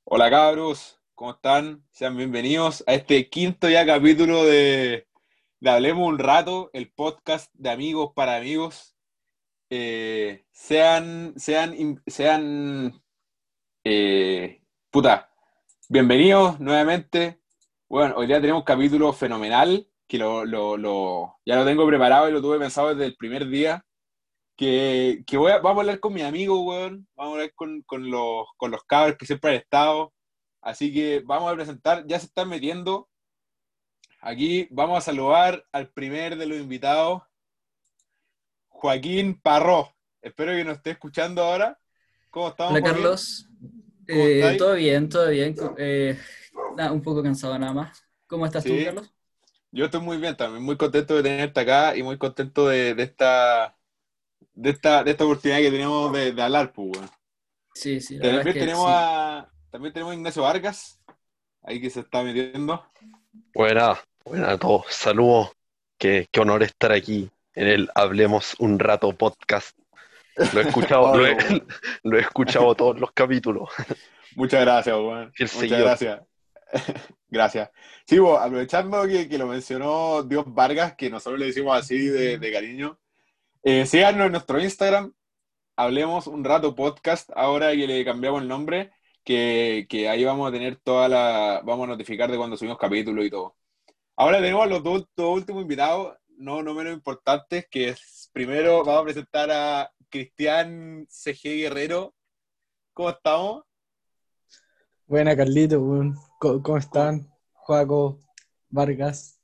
Hola cabros, ¿cómo están? Sean bienvenidos a este quinto ya capítulo de Hablemos un rato, el podcast de amigos para amigos. Eh, puta, bienvenidos nuevamente. Bueno, hoy día tenemos un capítulo fenomenal que ya lo tengo preparado y lo tuve pensado desde el primer día. Vamos a hablar con mis amigos, weón. Vamos a hablar con los cabros que siempre han estado. Así que vamos a presentar, ya se están metiendo. Aquí vamos a saludar al primer de los invitados, Joaquín Parró. Espero que nos esté escuchando ahora. ¿Cómo estamos, Hola Joaquín? Carlos. ¿Cómo estáis? Todo bien, todo bien. Un poco cansado nada más. ¿Cómo estás tú, Sí, Carlos? yo estoy muy bien también, muy contento de tenerte acá y muy contento de esta oportunidad que tenemos de hablar, pues, weón. Sí, sí, la verdad es También que tenemos sí. a Ignacio Vargas, ahí que se está metiendo. Buena, buena a todos. Saludos. Qué honor estar aquí en el Hablemos un rato podcast. Lo he escuchado, Obvio, weón. lo he escuchado todos los capítulos. Muchas gracias, weón. Fiel Muchas seguidor. gracias. Gracias. Sí, bo, aprovechando que lo mencionó Dios Vargas, que nosotros le decimos así de cariño, síganos en nuestro Instagram, hablemos un rato podcast, ahora que le cambiamos el nombre, que ahí vamos a tener vamos a notificar de cuando subimos capítulos y todo. Ahora tenemos a los dos últimos invitados, no menos importantes, que es, primero vamos a presentar a Cristian CG Guerrero. ¿Cómo estamos? Buena, Carlito, weón. ¿Cómo ¿Cómo- están? Joaco, Vargas.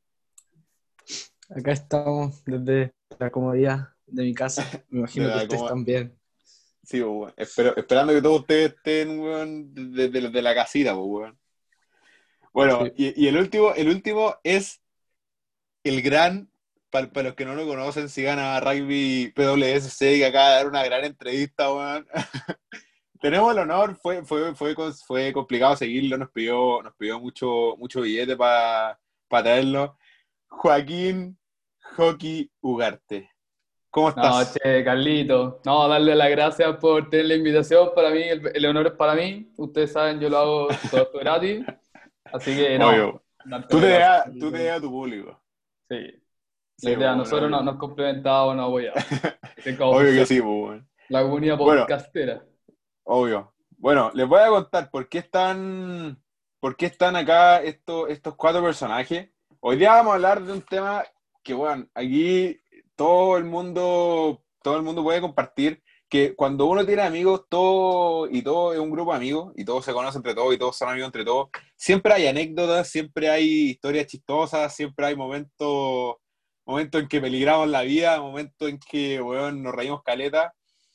Acá estamos desde la comodidad de mi casa. Me de imagino que la- ustedes cómo- también. Sí, pues, weón. Esperando que todos ustedes estén, weón, desde la casita, pues, weón. Bueno, Sí. y el último es el gran, para los que no lo conocen, sigan a Rugby PWSC, que acaba de dar una gran entrevista, weón. Tenemos el honor, fue complicado seguirlo, nos pidió mucho billete para traerlo. Joaquín Jockey Ugarte, ¿cómo No, estás? che, Carlito. No, darle las gracias por tener la invitación. Para mí, el honor es para mí. Ustedes saben, yo lo hago todo esto gratis. Así que no, Obvio. darte Tú las te gracias, das, tú te Carlito. das a tu público. Sí, la Sí, idea, bueno, nosotros obvio. nos complementamos, no voy a. Es como Obvio que funciona. sí, pues, bueno. La comunidad Bueno, podcastera. obvio. Bueno, les voy a contar por qué están acá estos cuatro personajes. Hoy día vamos a hablar de un tema que, bueno, aquí todo el mundo puede compartir, que cuando uno tiene amigos, todo es un grupo de amigos, y todos se conocen entre todos, y todos son amigos entre todos, siempre hay anécdotas, siempre hay historias chistosas, siempre hay momentos en que peligramos la vida, momentos en que, weón, nos reímos caleta.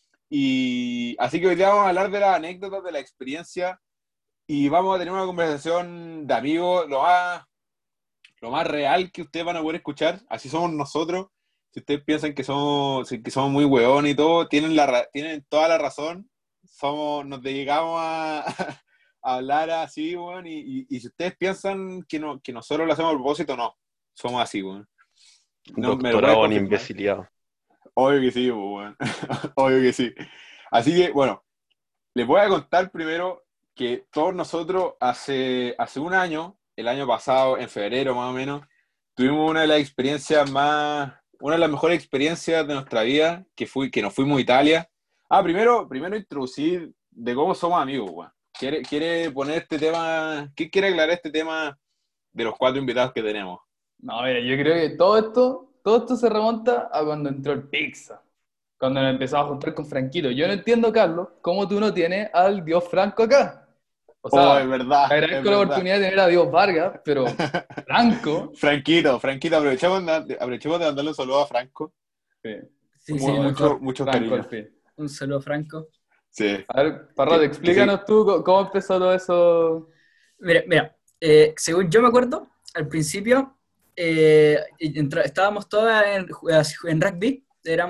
Y así que hoy día vamos a hablar de las anécdotas, de la experiencia, y vamos a tener una conversación de amigos lo más real que ustedes van a poder escuchar. Así somos nosotros. Si ustedes piensan que somos muy hueones y todo, tienen toda la razón. Nos dedicamos a hablar así, weón, y si ustedes piensan que nosotros lo hacemos a propósito, no. Somos así, weón. No, ¿me lo puedes Doctorado en confirmar? imbecilidad. Obvio que sí, pues, weón. Obvio que sí. Así que, bueno, les voy a contar primero que todos nosotros hace un año, el año pasado, en febrero más o menos, tuvimos una de las mejores experiencias de nuestra vida, que nos fuimos a Italia. Primero introducir de cómo somos amigos, weón. ¿Quiere poner este tema? ¿Qué quiere aclarar este tema de los cuatro invitados que tenemos? No, mira, yo creo que todo esto se remonta a cuando entró el Pizza. Cuando nos empezamos a juntar con Franquito. Yo no entiendo, Carlos, cómo tú no tienes al Dios Franco acá. O Oh, es sea, te verdad, es agradezco la verdad. oportunidad de tener a Dios Vargas, pero Franco, Franquito, aprovechemos de mandarle un saludo a Franco. sí, Sí, sí, mejor. Muchos Franco al cariños. fin. Un saludo, Franco. Sí, A ver, Parrot, que sí. explícanos tú cómo empezó todo eso. Mira, según yo me acuerdo, al principio estábamos todos en rugby.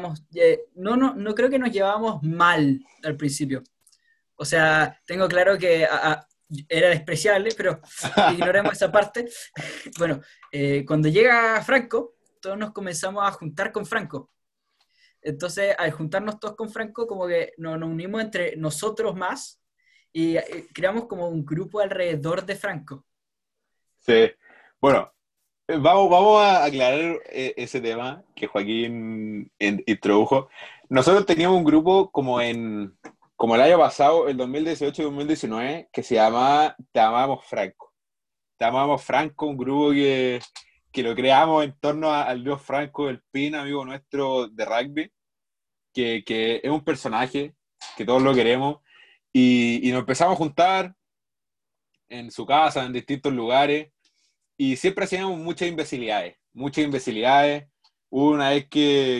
No creo que nos llevábamos mal al principio. O sea, tengo claro que era despreciable, pero ignoremos esa parte. Bueno, cuando llega Franco, todos nos comenzamos a juntar con Franco. Entonces, al juntarnos todos con Franco, como que nos unimos entre nosotros más y creamos como un grupo alrededor de Franco. Sí. Bueno, vamos a aclarar ese tema que Joaquín introdujo. Nosotros teníamos un grupo como el año pasado, el 2018 y 2019, que se llamaba Te Amamos Franco. Te Amamos Franco, un grupo que lo creamos en torno al dios Franco del Pin, amigo nuestro de rugby, que es un personaje que todos lo queremos, y nos empezamos a juntar en su casa, en distintos lugares, y siempre hacíamos muchas imbecilidades, muchas imbecilidades. Hubo una vez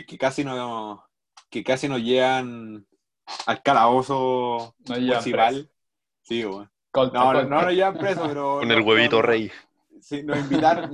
que casi nos llevan al calabozo No llevan municipal. Sí, bueno. Colta, No, colta. no nos llevan preso, pero... Con el huevito rey. Sí, nos invitaron,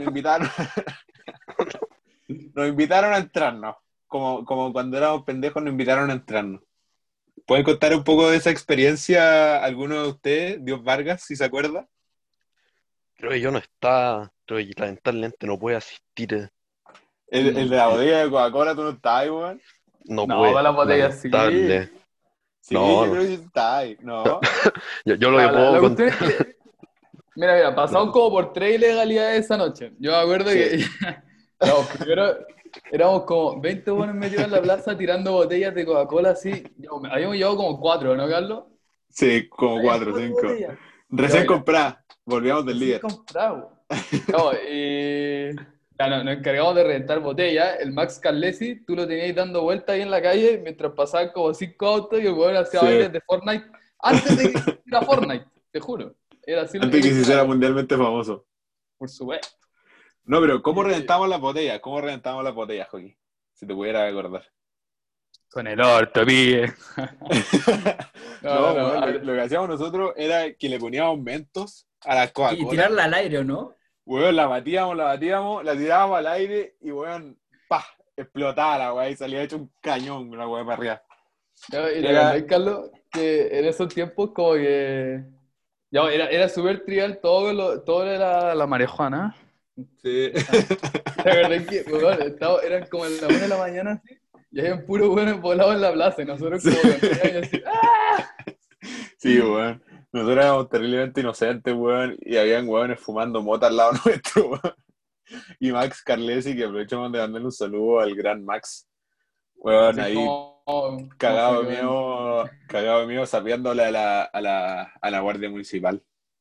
nos invitaron a entrarnos. Como cuando éramos pendejos nos invitaron a entrarnos. ¿Pueden contar un poco de esa experiencia alguno de ustedes, Dios Vargas, si se acuerda? Creo que yo no estaba, creo que lamentablemente no pude asistir. El de la botella de Coca-Cola, tú no estabas ahí, weón. No No, pude, para la botella sí. lamentable. Sí, No, yo no. creo que estabas ahí. No. Yo lo que La puedo cuestión contar. es que, mira, pasamos como por 3 ilegalidades esa noche. Yo me acuerdo Sí. que no, primero éramos como 20 buenos metidos en la plaza tirando botellas de Coca-Cola así. Habíamos llevado como 4, ¿no, Carlos? Sí, como Habían 4 o 4 5. botellas. Recién Ya, comprada. Volvíamos del recién líder. comprado. No, y ya nos encargamos de reventar botellas. El Max Carlesi, tú lo tenías dando vueltas ahí en la calle mientras pasaban como 5 autos y el weón hacía Sí. bailes de Fortnite antes de que era Fortnite, te juro. Era así. Antes que se hiciera escenario. mundialmente famoso. Por supuesto. No, pero ¿cómo reventamos las botellas? ¿Cómo reventamos las botellas, Joaquín? Si te pudiera acordar. Con el orto, pibe. No, No, weón, a ver. lo que hacíamos nosotros era que le poníamos mentos a las Y Coca-Cola. tirarla al aire, ¿o no? Weón, la batíamos, la tirábamos al aire y, weón, ¡pah! Explotaba la weá y salía hecho un cañón la weá para arriba. No, y te Era- acordás, Carlos, que en esos tiempos como que ya, era súper trivial todo era la marihuana. Sí. ¿Te acordás que weón, eran como a las 1 de la mañana así? Y habían puros buenos volados en la plaza y nosotros Sí. como con 10 años así, ¡ah! Sí, weón. Nosotros éramos terriblemente inocentes, weón, y habían weones fumando mota al lado nuestro, weón. Y Max Carlesi, que aprovechamos de mandarle un saludo al gran Max, weón, Así ahí como cagado fue de que, miedo, sapeándole a la Guardia Municipal.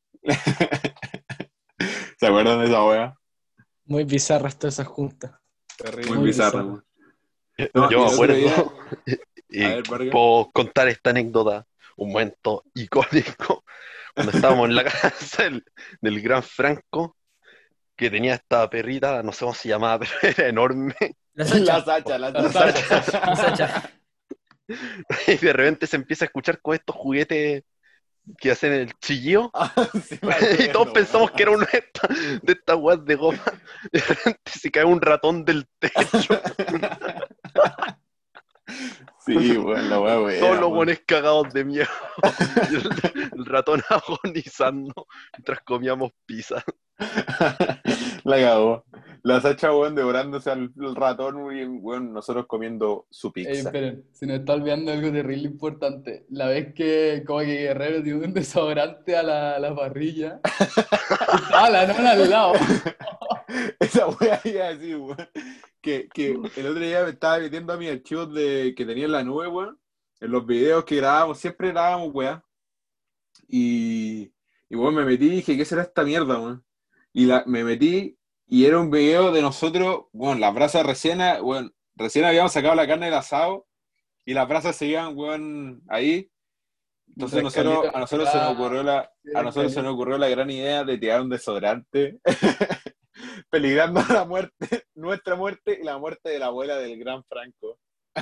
¿Se acuerdan de esa weá? Muy bizarras todas esas juntas. terrible. Muy Muy bizarra, bizarro. weón. No, Yo y me el otro acuerdo, día- y A ver, Vargas. puedo contar esta anécdota, un momento icónico, cuando estábamos en la casa del gran Franco, que tenía esta perrita, no sé cómo se llamaba, pero era enorme, La Sacha. La La Sacha. Sacha. La Sacha. y de repente se empieza a escuchar con estos juguetes que hacen el chillido, Sí, me acuerdo, y todos pensamos weón. que era una de estas weas de goma, y de repente se cae un ratón del techo, Sí, weón, la weá, weón. todos los buenos cagados de miedo, y el ratón agonizando mientras comíamos pizza. La cagó. La Sacha, weón, devorándose al ratón, y, weón, nosotros comiendo su Ey, pizza. esperen, se nos está olvidando algo terrible importante. La vez que como que Guerrero dio un desodorante a la parrilla, estaba la nona al lado. Esa wea iba a decir, weón. Que el otro día me estaba metiendo a mis archivos que tenía en la nube, weón. En los videos que grabábamos, siempre grabábamos, weón. Y weón, me metí y dije, ¿qué será esta mierda, weón? Me metí y era un video de nosotros, weón, las brasas weón, recién habíamos sacado la carne del asado y las brasas seguían, weón, ahí. Entonces a nosotros se nos ocurrió la gran idea de tirar un desodorante, peligrando a la muerte, nuestra muerte y la muerte de la abuela del gran Franco.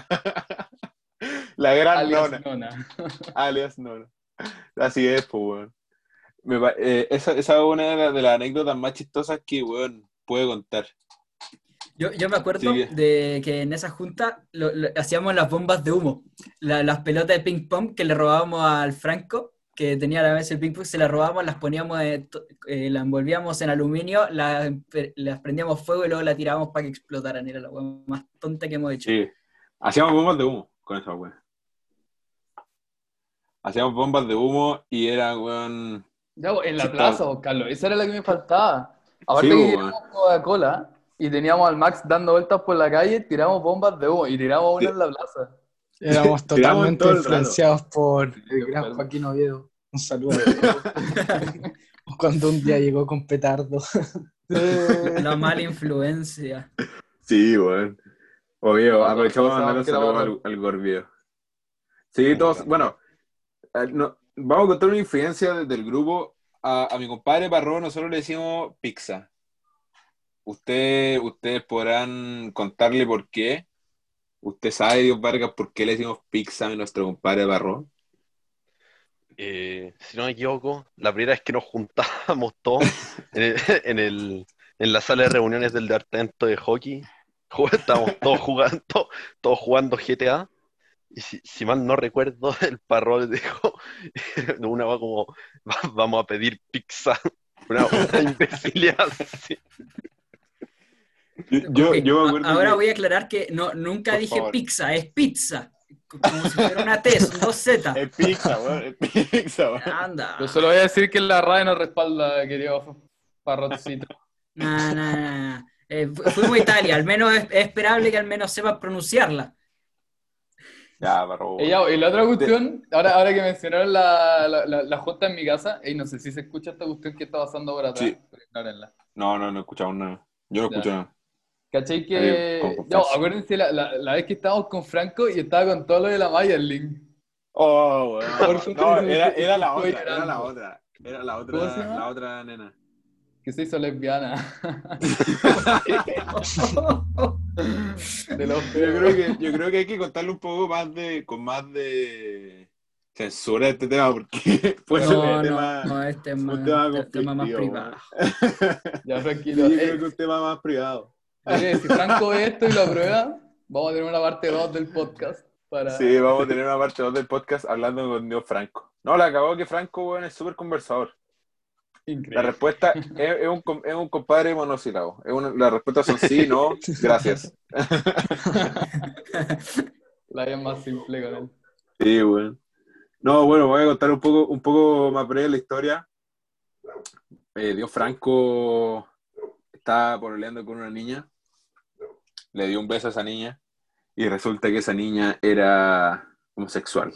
La gran Alias nona, nona. alias nona. Así es, pues, weón. Esa es una de las anécdotas más chistosas que, weón, puede contar. Yo me acuerdo Sí. de que en esa junta hacíamos las bombas de humo, las pelotas de ping pong que le robábamos al Franco, que tenía la mesa de ping pong, se las robábamos, las poníamos, las envolvíamos en aluminio, las prendíamos fuego y luego las tirábamos para que explotaran. Era la hueá más tonta que hemos hecho. Sí. Hacíamos bombas de humo con esa weón. hacíamos bombas de humo y era, weón... Ya, pues, en la chistoso. plaza, vos, Carlos, esa era la que me faltaba. Aparte Sí, que weón. queríamos Coca-Cola y teníamos al Max dando vueltas por la calle, tiramos bombas de humo y tiramos una en la plaza. Éramos Tiramos totalmente todo el rato. influenciados por Sí, el gran acuerdo. Joaquín Oviedo. Un saludo. Cuando un día llegó con petardo. La mala influencia. Sí, weón. Obvio, No, aprovechamos de todos mandar un sabemos que era saludo barro. al Gorbio. Sí, todos, bueno, vamos a contar una infidencia del grupo. A mi compadre Parro nosotros le decimos pizza. Ustedes podrán contarle por qué. ¿Usted sabe, Dios Vargas, por qué le decimos pizza a nuestro compadre Parro? Si no me equivoco, la primera vez que nos juntábamos todos en la sala de reuniones del departamento de hockey, estábamos todos jugando GTA, y si mal no recuerdo, el Parrón dijo una va como, vamos a pedir pizza, una imbecilidad así. Yo Ok, me acuerdo ahora que, voy a aclarar que nunca por dije favor. pizza, es pizza. Como si fuera una T, son dos Z. es pizza, weón, es pizza, weón. Anda. Yo solo voy a decir que la RAE nos respalda, querido Parrotcito. Nah. Fuimos a Italia, al menos es esperable que al menos sepas pronunciarla. Ya, Parro. Y la otra cuestión, ahora que mencionaron la junta en mi casa, no sé si se escucha esta cuestión que está pasando por atrás, Sí. pero ignórenla. No escuchamos nada. Yo no Ya. escucho nada. ¿Cachai Ahí, que... con Ya, confianza. acuérdense la vez que estábamos con Franco y estaba con todo lo de la Mayerling. Oh, Por weón. eso No, se era la fue otra, era la llorando. otra. Era ¿Cómo se llama? la otra nena. Que se hizo lesbiana. De los feos. Yo creo que hay que contarle un poco con más de censura este tema, porque puede ser un tema, este es un más, tema tema más conflictivo, privado. Ya, weón. tranquilo. Yo creo que es un tema más privado. Mire, si Franco ve esto y lo aprueba, vamos a tener una parte 2 del podcast. Sí, vamos a tener una parte 2 del podcast hablando con Dios Franco. No, la acabó que Franco, weón, es súper conversador. La Increíble. respuesta es un compadre monosílabo. Las respuestas son sí, no, gracias. La vida es más simple con él. Sí, bueno. No, bueno, voy a contar un poco más breve la historia. Dios Franco estaba pololeando con una niña, le dio un beso a esa niña y resulta que esa niña era homosexual.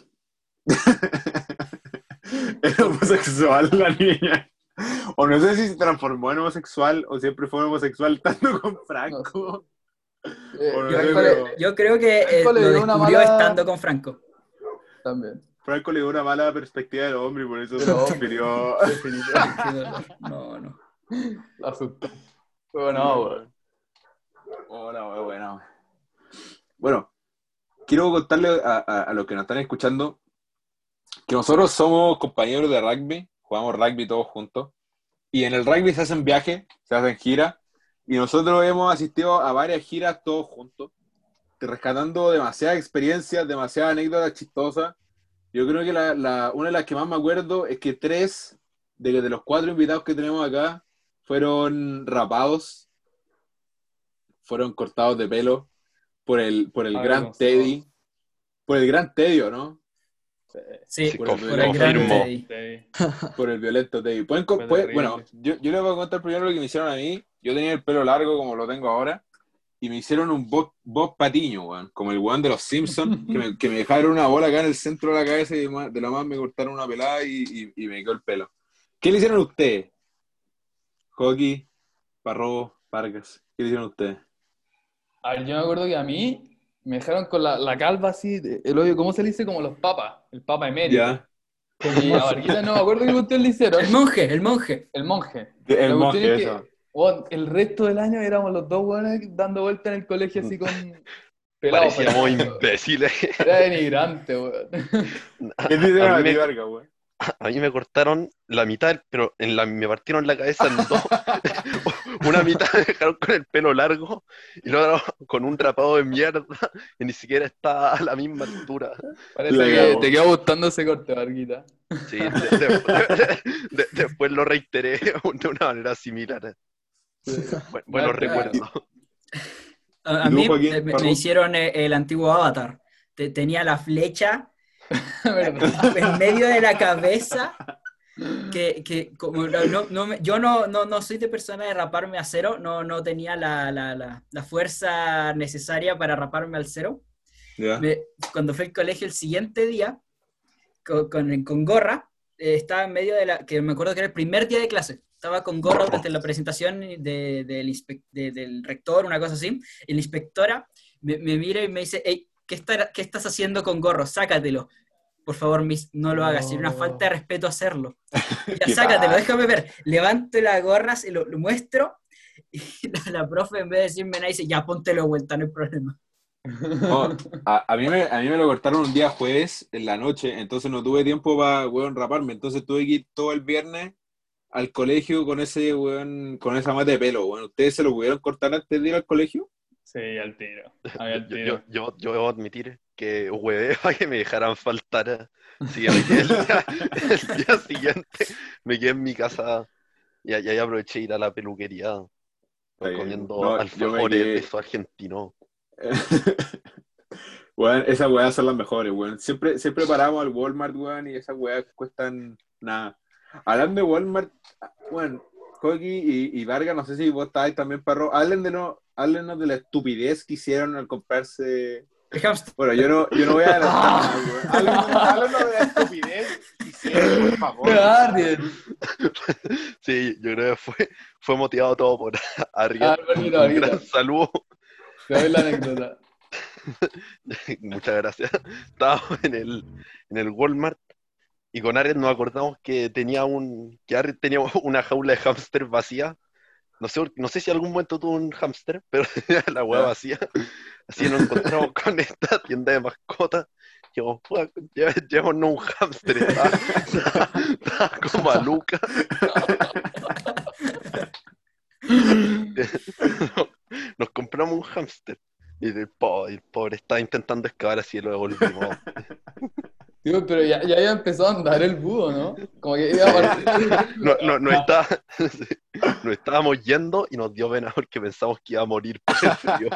Era homosexual la niña. O no sé si se transformó en homosexual o siempre fue homosexual estando con Franco. Bueno, Yo, sí, creo- yo creo que Franco le lo dio una descubrió mala- estando con Franco. También. Franco le dio una mala perspectiva del hombre y por eso se Pero, prefirió. definitivamente. Qué dolor. No. La asustó. Pero no, weón. Hola, bueno. Bueno, quiero contarle a los que nos están escuchando que nosotros somos compañeros de rugby, jugamos rugby todos juntos, y en el rugby se hacen viajes, se hacen giras, y nosotros hemos asistido a varias giras todos juntos, rescatando demasiadas experiencias, demasiadas anécdotas chistosas. Yo creo que una de las que más me acuerdo es que 3 de los 4 invitados que tenemos acá fueron rapados, fueron cortados de pelo por el gran Vergonzoso. Teddy, por el gran Tedio, ¿no? Sí, Sí, por el gran confirmo. Teddy. Sí. Por el violento Teddy. Fue terrible. Bueno, yo les voy a contar primero lo que me hicieron a mí. Yo tenía el pelo largo como lo tengo ahora y me hicieron un Bob Patiño, weón, como el weón de los Simpsons, que me dejaron una bola acá en el centro de la cabeza y de la más me cortaron una pelada y me quedó el pelo. ¿Qué le hicieron a ustedes? Joaquín, Parro, Vargas, ¿qué le hicieron a ustedes? A ver, yo me acuerdo que a mí me dejaron con la calva así, el hoyo, ¿cómo se le dice? Como los papas, el papa emérito. Ya. Y a Varguita no me acuerdo que ustedes le hicieron. El monje. El monje. El La cuestión monje, es que, eso. weón, el resto del año éramos los dos weones dando vueltas en el colegio así con pelados. Parecíamos imbéciles. Era denigrante, weón. ¿Qué te hicieron A a mí ti, me- Vargas, weón? A mí me cortaron la mitad, pero me partieron la cabeza en dos. Una mitad me dejaron con el pelo largo y la otra con un rapado de mierda que ni siquiera está a la misma altura. Parece La que cagó. te quedó gustando ese corte, Varguita. Sí, después lo reiteré de una manera similar. Buenos recuerdos. A ¿Y tú, mí Joaquín, me Parro? hicieron el antiguo Avatar. Tenía la flecha ¿Verdad? en medio de la cabeza, que como yo no soy de persona de raparme a cero, no tenía la fuerza necesaria para raparme al cero. ¿Ya? Cuando fui al colegio el siguiente día, con gorra, estaba en medio que me acuerdo que era el primer día de clase, estaba con gorra durante la presentación del rector, una cosa así, y la inspectora me mira y me dice, hey, ¿qué estás haciendo con gorro? Sácatelo. Por favor, miss, no lo hagas, sería una falta de respeto hacerlo. Ya, ¿Qué sácatelo, pasa? déjame ver. Levanto la gorra, se lo muestro, y la profe en vez de decirme nada dice, ya, póntelo de vuelta, no hay problema. No, a mí me lo cortaron un día jueves en la noche, entonces no tuve tiempo para, weón, raparme. Entonces tuve que ir todo el viernes al colegio con ese, weón, con esa mata de pelo, weón. ¿Ustedes se lo pudieron cortar antes de ir al colegio? Sí, al tiro. Ahí al Yo, tiro. yo debo admitir que huevé para que me dejaran faltar. Así que me quedé el día siguiente, me quedé en mi casa y ahí aproveché de ir a la peluquería Está bien. comiendo No, yo me alfajores de quedé. esos argentinos. Weón, esas weas son las mejores, weón. Siempre paramos al Walmart, weón, y esas weas cuestan nada. Hablando de Walmart, weón, Coqui y Vargas, no sé si vos estáis también, perro. Háblenos de la estupidez que hicieron al comprarse. El hámster. Bueno, yo no voy a adelantar nada, weón. Háblenos de la estupidez que hicieron, por favor. Arrien. Sí, yo creo que fue motivado todo por Arriet. Bonito, Un bonito. gran saludo. Te doy la anécdota. Muchas gracias. Estábamos en el Walmart y con Arriet nos acordamos que Arriet tenía una jaula de hámster vacía. No sé si algún momento tuvo un hámster, pero tenía la hueá Ya. vacía. Así nos encontramos con esta tienda de mascotas. Dijimos, "Puta, llevémonos un hámster". Estaba como a Luca. Nos compramos un hámster. Y el pobre estaba intentando excavar así y lo devolvimos. Digo, pero ya había empezado a andar el búho, ¿no? Como que iba a partir. No nos estábamos yendo y nos dio pena porque pensamos que iba a morir por el frío.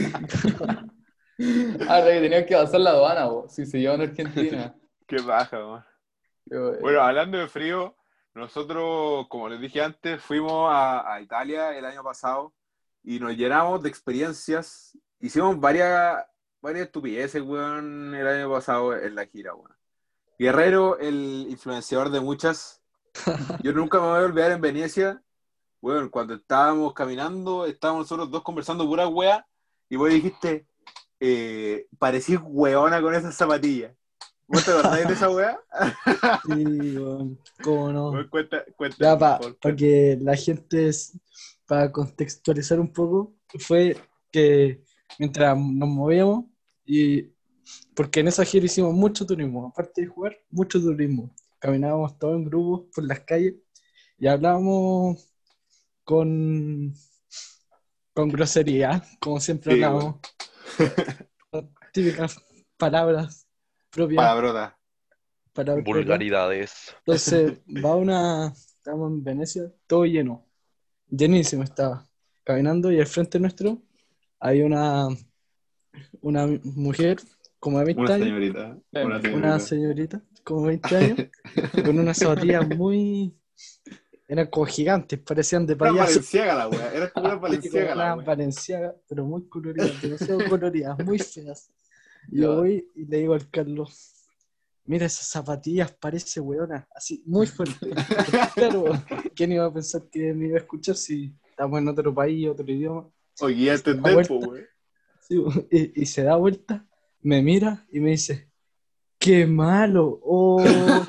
Ah, que tenían que pasar la aduana, vos, si se llevan a Argentina. Qué baja, weón. Pero, Bueno, hablando de frío, nosotros, como les dije antes, fuimos a Italia el año pasado y nos llenamos de experiencias. Hicimos varias estupideces, weón, el año pasado en la gira, weón. Guerrero, el influenciador de muchas. Yo nunca me voy a olvidar en Venecia, weón, cuando estábamos caminando, estábamos nosotros dos conversando pura wea y vos dijiste, parecís weona con esas zapatillas. ¿Vos te acordáis de esa wea? Sí, weón, cómo no. Weón, cuenta, Ya, por favor. para que la gente, para contextualizar un poco, fue que mientras nos movíamos, y porque en esa gira hicimos mucho turismo, aparte de jugar, mucho turismo. Caminábamos todos en grupos por las calles y hablábamos con grosería, como siempre Sí, hablábamos. Típicas palabras propias. Palabrota. Palabras propias. Vulgaridades. Entonces, estábamos en Venecia, todo lleno, llenísimo estaba, caminando y al frente nuestro hay una mujer como de 20 Una años, señorita. una señorita como 20 años, con unas zapatillas eran como gigantes, parecían de Una payaso. Valenciaga la wea. Era como una Valenciaga la Una wea. Valenciaga, pero muy coloridas, demasiado coloridas, muy feas. Y Ya. yo voy y le digo al Carlos, mira esas zapatillas, parece weona, así, muy fuerte. Claro, ¿quién iba a pensar que me iba a escuchar si estamos en otro país, otro idioma? Oye, ya Se da entendés, po, vuelta. wey. Sí, y se da vuelta, me mira y me dice, ¡qué malo! ¡Oh!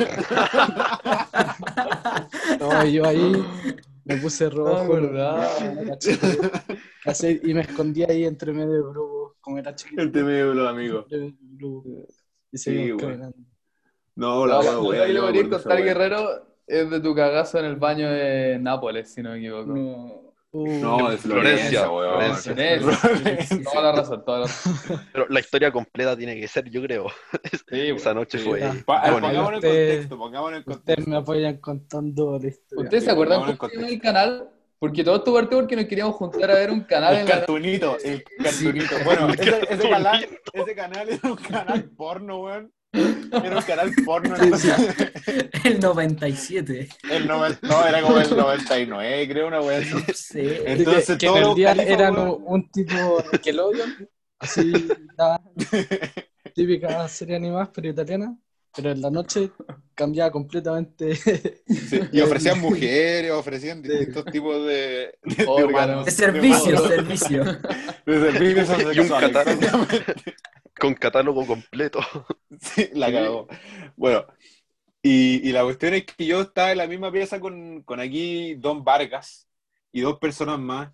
No, yo ahí me puse rojo, verdad. así, y me escondí ahí entre medio del grupo, como era chiquito. Entre medio de los amigos. entre medio del grupo, y Sí, seguimos güey. caminando. No, la No, wea, lo wea. que le Yo me podría acuerdo de esa contar, wea. Guerrero, es de tu cagazo en el baño de Nápoles, si no me equivoco. No. No, de Florencia, Florencia, weón. Florencia. Florencia. Toda la razón, toda la razón. Pero la historia completa tiene que ser, yo creo. Sí, Esa bueno. noche Sí. fue Ya. fue Pongámonos bonita. en Usted- contexto, pongámonos en Ustedes me contexto. apoyan contando la historia. ¿Ustedes Sí, se acuerdan pongámonos cómo en se llama contexto. el canal? Porque todo esto partió porque nos queríamos juntar a ver un canal El en la cartunito, el Sí. cartunito. Bueno, El ese canal era un canal porno, weón. Era un canal porno. Sí, sí. El 97. No, era como el 99, creo, una wea así. No sé. Entonces, Que en todos el los día califas, eran weón. un tipo Nickelodeon, así, la típica serie animada, pero italiana, pero en la noche cambiaba completamente Sí, y el, ofrecían mujeres, ofrecían de- distintos tipos de Órganos. humanos. De servicio, humanos, servicio. de servicios Y un sexuales, catálogo. exactamente. Con catálogo completo. Sí, la Sí. cagó. Bueno, y la cuestión es que yo estaba en la misma pieza con aquí Don Vargas y dos personas más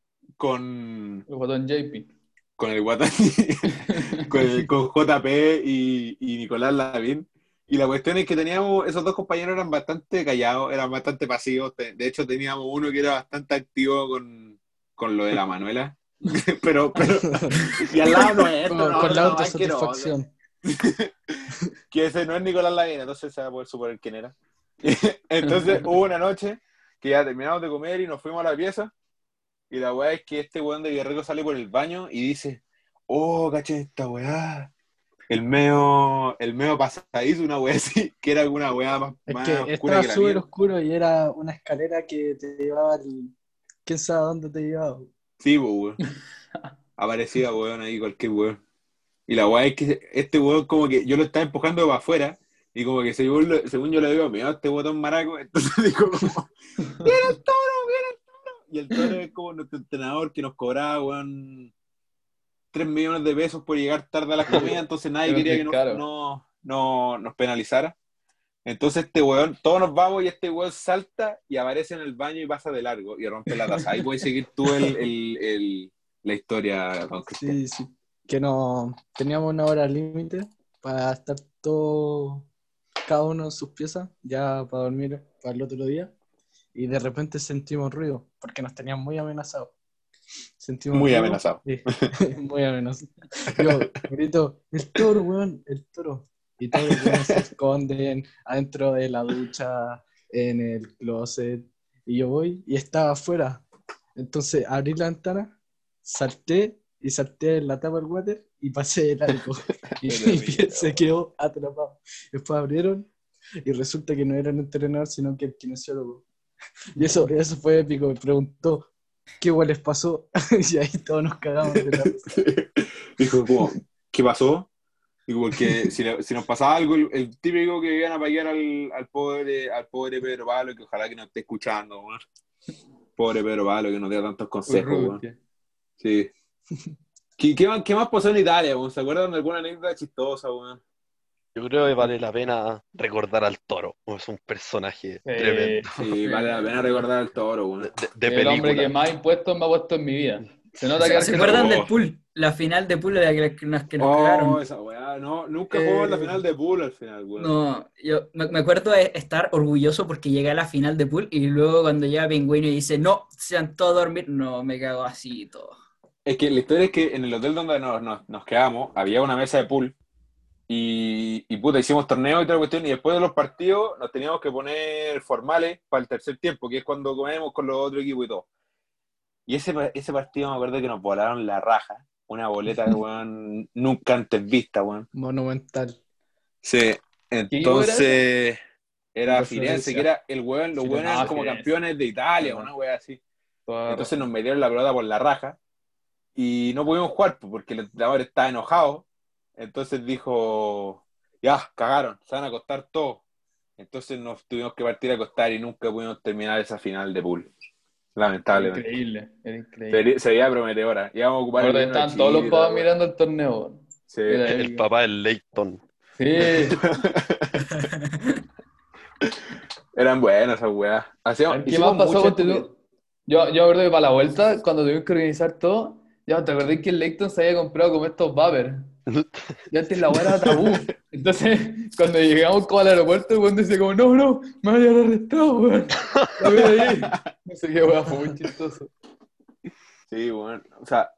El botón JP. con el Guatán, con JP y Nicolás Lavín. Y la cuestión es que teníamos, esos dos compañeros eran bastante callados, eran bastante pasivos. De hecho, teníamos uno que era bastante activo con lo de la Manuela. pero, y al lado nuestro, no, con la no, asqueroso. autosatisfacción. Que ese no es Nicolás Lavín, entonces se va a poder suponer quién era. Entonces hubo una noche que ya terminamos de comer y nos fuimos a la pieza. Y la weá es que este weón de Guerrero sale por el baño y dice: Oh, caché esta weá. El medio pasadizo, una weá así, que era alguna weá más, Es más que oscura estaba que la súper mía. oscuro y era una escalera que te llevaba quién sabe a dónde te llevaba. Sí, pues weón. Aparecía weón ahí, cualquier weón. Y la weá es que este weón, como que yo lo estaba empujando para afuera. Y como que según yo le digo, mira, este botón maraco. Entonces dijo como: ¡Viene el toro! ¡Viene el toro! Y el toro es como nuestro entrenador que nos cobraba, weón, 3 millones de pesos por llegar tarde a las comidas, entonces nadie Era un quería que descaro. nos penalizara. Entonces este weón, todos nos vamos y este weón salta y aparece en el baño y pasa de largo y rompe la taza. Ahí puedes seguir tú la historia, don Cristian. Sí, sí. Que no teníamos una hora límite para estar todos, cada uno en sus piezas, ya para dormir para el otro día. Y de repente sentimos ruido, porque nos tenían muy amenazados. Sentimos Muy ruido. amenazado. Sí, muy amenazado. Yo grito: el toro, weón, el toro. Y todos los weones se esconden adentro de la ducha, en el closet. Y yo voy y estaba afuera. Entonces abrí la ventana, salté en la tapa del water y pasé de largo. Y Pero mi mira, pie se quedó atrapado. Después abrieron y resulta que no era el entrenador, sino que el kinesiólogo. Y eso fue épico. Me preguntó qué les pasó. Y ahí todos nos cagamos de la risa. Dijo como: ¿qué pasó? Digo, porque si nos pasaba algo, el típico que iban a pagar al pobre Pedro Pablo, que ojalá que nos esté escuchando, weón. Pobre Pedro Pablo, que nos dé tantos consejos, weón. Urrutia. Sí. ¿Qué más pasó en Italia, weón? ¿Se acuerdan de alguna anécdota chistosa, weón? Yo creo que vale la pena recordar al toro. Es un personaje tremendo. Sí, vale la pena recordar al toro, weón. De El hombre que película. más impuestos me ha puesto en mi vida. Se nota que ¿Se Se acuerdan cagó. del pool? La final de pool de la que nos Oh, cagaron. esa weá, no, nunca jugamos la final de pool al final, weón. No, yo me acuerdo de estar orgulloso porque llegué a la final de pool y luego cuando llega Pingüino y dice, no, sean todos a dormir, no, me cago así y todo. Es que la historia es que en el hotel donde nos quedamos había una mesa de pool y puta, hicimos torneo y toda la cuestión y después de los partidos nos teníamos que poner formales para el tercer tiempo, que es cuando comemos con los otros equipos y todo. Y ese partido me acuerdo que nos volaron la raja, una boleta, weón, nunca antes vista, weón. Monumental. Sí, equipo era entonces era De Firenze, Florencia. que era el weón, los weones eran como Firenze. campeones de Italia, Ajá. una wea así. Toda Entonces nos razón. metieron la pelota por la raja y no pudimos jugar pues, porque el entrenador estaba enojado. Entonces dijo: ya, cagaron, se van a acostar todos. Entonces nos tuvimos que partir a acostar y nunca pudimos terminar esa final de pool. Era Lamentablemente. increíble, era increíble. Se veía prometedora. Íbamos a ocupar Me el acuerdo que himno de estaban todos los Chile y toda papás la wea. mirando el torneo. Weón. Sí. Era El épico. papá del Leighton. Sí. Eran buenas esas weas. ¿Qué más pasó? muchas Ponte tú. Yo me acuerdo que para la vuelta, cuando tuvimos que organizar todo, ya te acordé que el Leighton se había comprado como estos vapers. Y antes la weá era tabú. Entonces, cuando llegamos como al aeropuerto, el weón decía como, no, me van a llevar arrestado, weón. La voy ahí. No sé qué weá, fue muy chistoso. Sí, bueno. O sea,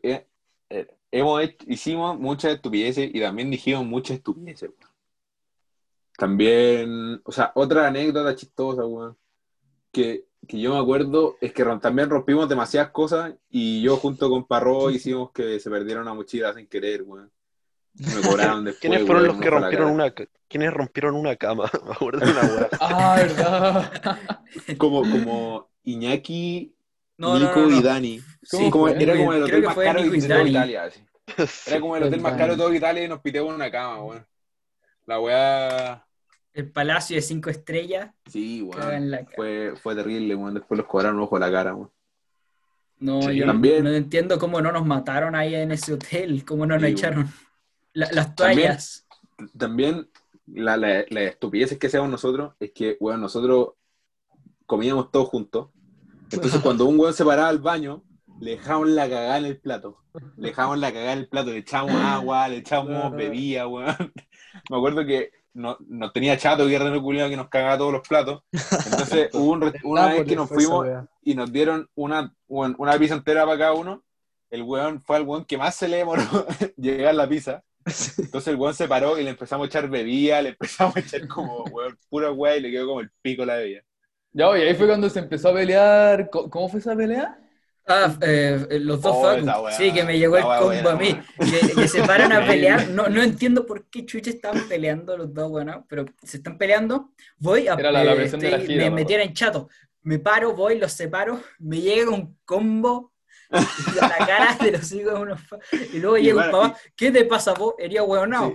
hicimos muchas estupideces y también dijimos muchas estupideces, weón. También, o sea, otra anécdota chistosa, weón, que yo me acuerdo es que también rompimos demasiadas cosas y yo junto con Parro hicimos que se perdiera una mochila sin querer, weón. Me cobraron después, ¿Quiénes fueron weón, los que ojo a la rompieron cara. ¿Quiénes rompieron una cama? Me acuerdo de una weá. Ah, ¿verdad? Como Iñaki, No, no, no, Nico y no. Dani. ¿Cómo Sí, fue? Era como el creo hotel que más fue caro Nico y de todo Dani. Italia, así. Era Sí. como el hotel más caro de todo Italia y nos piteamos una cama, weón. La weá, El Palacio de 5 estrellas. sí, Caga weón. en la cara. Fue terrible, weón. Después los cobraron ojo a la cara, weón. No, yo Sí. no También, entiendo cómo no nos mataron ahí en ese hotel, cómo no nos sí, weón. echaron. Las También, toallas. también la estupidez que hacemos nosotros es que, weón, nosotros comíamos todos juntos. Entonces, cuando un weón se paraba al baño, le dejábamos la cagada en el plato. Le dejábamos la cagada en el plato, le echábamos agua, le echábamos bebida, weón. Me acuerdo que nos tenía chato que era culiado que nos cagaba todos los platos. Entonces, hubo En una vez que Nápoles nos fue esa fuimos weá. y nos dieron una pizza entera para cada uno. El weón fue al weón que más se le demoró llegar la pizza. Entonces el weón se paró y le empezamos a echar bebida, le empezamos a echar como, weón, pura weá y le quedó como el pico la bebida. Ya, y ahí fue cuando se empezó a pelear. ¿Cómo fue esa pelea? Ah, los dos Oh, Facu. Sí, que me llegó el combo a mí. weón. Que se paran a pelear. Increíble. No entiendo por qué chucha están peleando los dos, bueno, pero se están peleando. Voy a, Era la presión de la gira, me me metieron acuerdo. en chato. Me paro, voy, los separo. Me llega un combo y a la cara de los hijos de unos y luego Y llega un van, papá. ¿Qué te pasa vos? Hería sí, hueonao.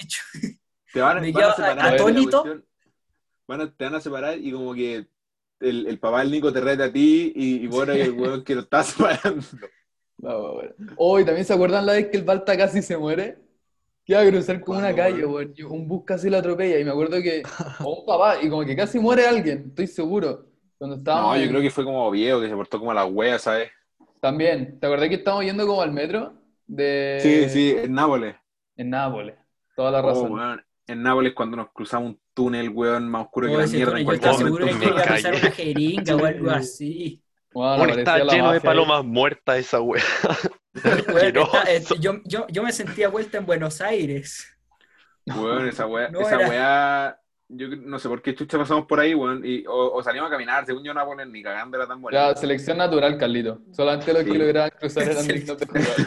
Me van quedo a separar y la atónito. cuestión, te van a separar y como que el papá del Nico te reta a ti y vos eres el weón que lo está separando. No, bueno. Oh, y también se acuerdan la vez que el Balta casi se muere. Que iba a cruzar como una ¿Cuándo, calle, weón? weón, y un bus casi lo atropella. Y me acuerdo que, o un papá, y como que casi muere alguien, estoy seguro. Cuando No, estábamos yo creo en. que fue como viejo, que se portó como la wea, ¿sabes? También, ¿te acordás que estábamos yendo como al metro? Sí, De. sí, en Nápoles. En Nápoles. Toda la Oh, razón. weón. En Nápoles cuando nos cruzamos un túnel, weón, más oscuro que Oh, la ese mierda en túnel, yo cualquier estaba Oh, seguro momento. que me iba a pisar una cagué. jeringa o algo así. Bueno, Bueno, está aparecía la lleno de mafia ahí. palomas muertas esa weá. Weón, Asqueroso. yo me sentía vuelta en Buenos Aires. Weón, No esa era. weá, no sé por qué chucha pasamos por ahí, weón, o salimos a caminar, según yo Nápoles ni cagando era tan Era bonito. selección natural, Carlito. Solamente los que Sí. lograban cruzar eran dignos de jugar.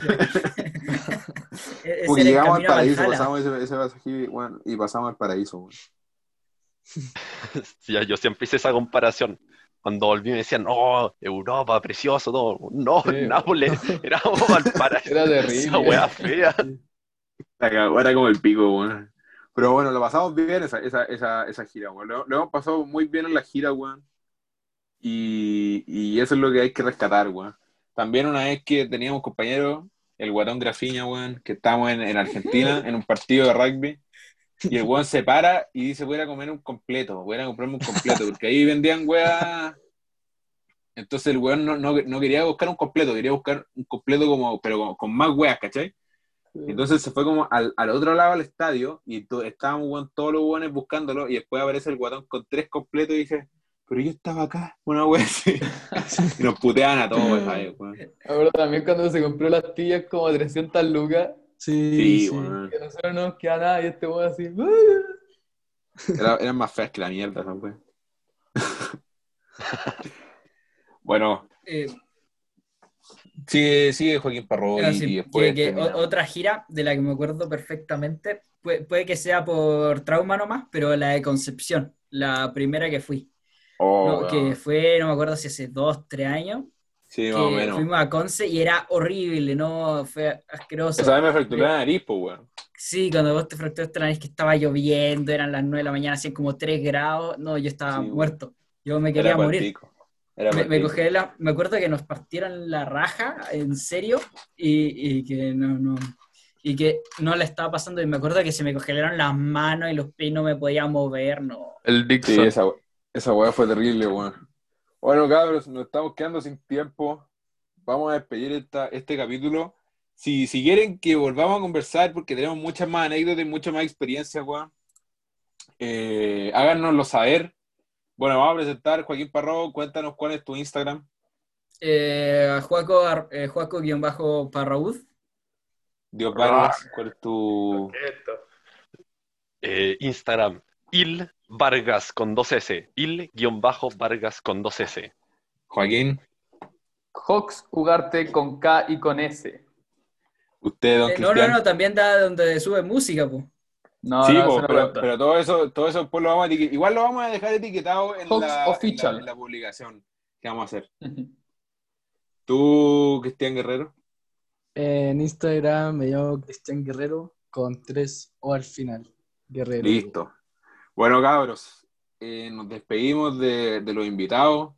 Ese Porque era el llegamos al camino a paraíso, Valhalla. pasamos ese pasaje, weón, y pasamos al paraíso, weón. Sí, yo siempre hice esa comparación. Cuando volví me decían, no, Europa, precioso, todo. No, Sí, Nápoles, éramos Valparaíso. era Esa terrible. weá fea. La cagó, era como el pico, weón. Pero bueno, lo pasamos bien esa gira, weón. Lo hemos pasado muy bien en la gira, weón. Y eso es lo que hay que rescatar, weón. También una vez que teníamos compañeros, el Guatón Grafiña, weón, que estábamos en Argentina, en un partido de rugby, y el weón se para y dice, voy a ir a comer un completo, voy a ir a comprarme un completo, porque ahí vendían weá. Entonces el weón no quería buscar un completo, quería buscar un completo como, pero con más weas, ¿cachai? Entonces se fue como al otro lado del estadio y estábamos weón, todos los weones buscándolo y después aparece el guatón con 3 completos y dice, pero yo estaba acá, una wea así. Y nos puteaban a todos, ¿sabes, weón? Ahora también cuando se compró las tías como 300 lucas, Sí, Sí, sí. weón. que a nosotros no nos queda nada y este weón así. Eran más feas que la mierda, ¿sabes, weón? Bueno, Eh, sigue Joaquín Parro y Así, después terminamos. otra gira de la que me acuerdo perfectamente, puede que sea por trauma nomás, pero la de Concepción, la primera que fui, Oh, no, que weón. fue, no me acuerdo si hace 2, 3 años, Sí, más o que menos. fuimos a Conce y era horrible, ¿no? Fue asqueroso. Esa vez me fracturé la nariz, pues, weón. Sí, cuando vos te fracturaste la nariz que estaba lloviendo, eran las 9 de la mañana, hacían como 3 grados, no, yo estaba Sí, weón. muerto, yo me Era quería para el morir. pico. Era para el Me pico. me acuerdo que nos partieron la raja, en serio, y que y que no la estaba pasando, y me acuerdo que se me congelaron las manos y los pies no me podía mover, no. El Sí, Dixon. esa weá fue terrible, weón. Bueno, cabros, nos estamos quedando sin tiempo. Vamos a despedir este capítulo. Si quieren que volvamos a conversar, porque tenemos muchas más anécdotas y mucha más experiencia, weón, háganoslo saber. Bueno, vamos a presentar, Joaquín Parro, cuéntanos cuál es tu Instagram. Juaco-Parraud. Dios Vargas, ¿cuál es tu...? Instagram, Il Vargas con 2S. Il-Vargas con 2S. Joaquín. Hawks Ugarte con K y con S. Usted, don No, Cristian. también da donde sube música, pues. No, Sí, no, po, eso no pero, cuenta. pero todo eso después lo vamos a etiquetar. Igual lo vamos a dejar etiquetado Fox en Official. la publicación que vamos a hacer. ¿Tú, Cristian Guerrero? En Instagram me llamo Cristian Guerrero con 3 O al final. Guerrero. Listo. Bueno, cabros, nos despedimos de los invitados.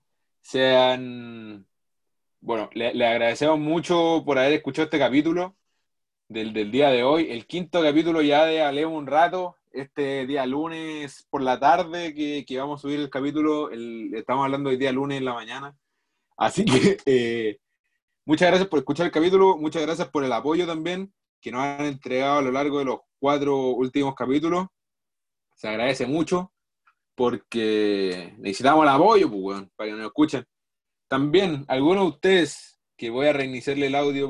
Bueno, le agradecemos mucho por haber escuchado este capítulo del día de hoy. El quinto capítulo ya de Hablemos un rato. Este día lunes por la tarde que vamos a subir el capítulo. Estamos hablando del día lunes en la mañana. Así que muchas gracias por escuchar el capítulo. Muchas gracias por el apoyo también que nos han entregado a lo largo de los 4 últimos capítulos. Se agradece mucho porque necesitamos el apoyo, pues, weón, para que nos escuchen. También, algunos de ustedes, que voy a reiniciarle el audio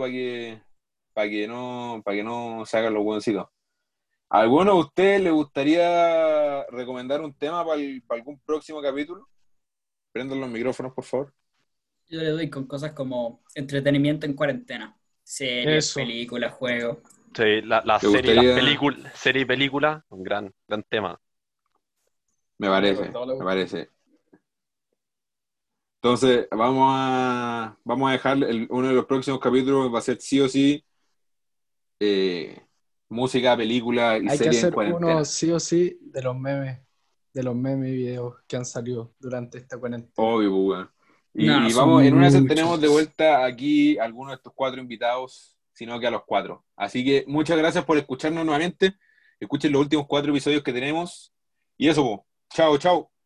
para que no se hagan los buencitos. ¿A alguno de ustedes le gustaría recomendar un tema para algún próximo capítulo? Prendan los micrófonos, por favor. Yo le doy con cosas como entretenimiento en cuarentena. Series, Eso. películas, juegos. Sí, la ¿Te serie, gustaría? serie y película, un gran tema. Me parece. Entonces, vamos a dejar uno de los próximos capítulos, va a ser sí o sí música, película y Hay que serie en hacer cuarentena. uno sí o sí de los memes y videos que han salido durante esta cuarentena. Obvio, pues, weón. No, Y son vamos, en una vez muchos. tenemos de vuelta aquí a algunos de estos 4 invitados, sino que a los 4. Así que muchas gracias por escucharnos nuevamente. Escuchen los últimos 4 episodios que tenemos. Y eso, po. Chao, chao.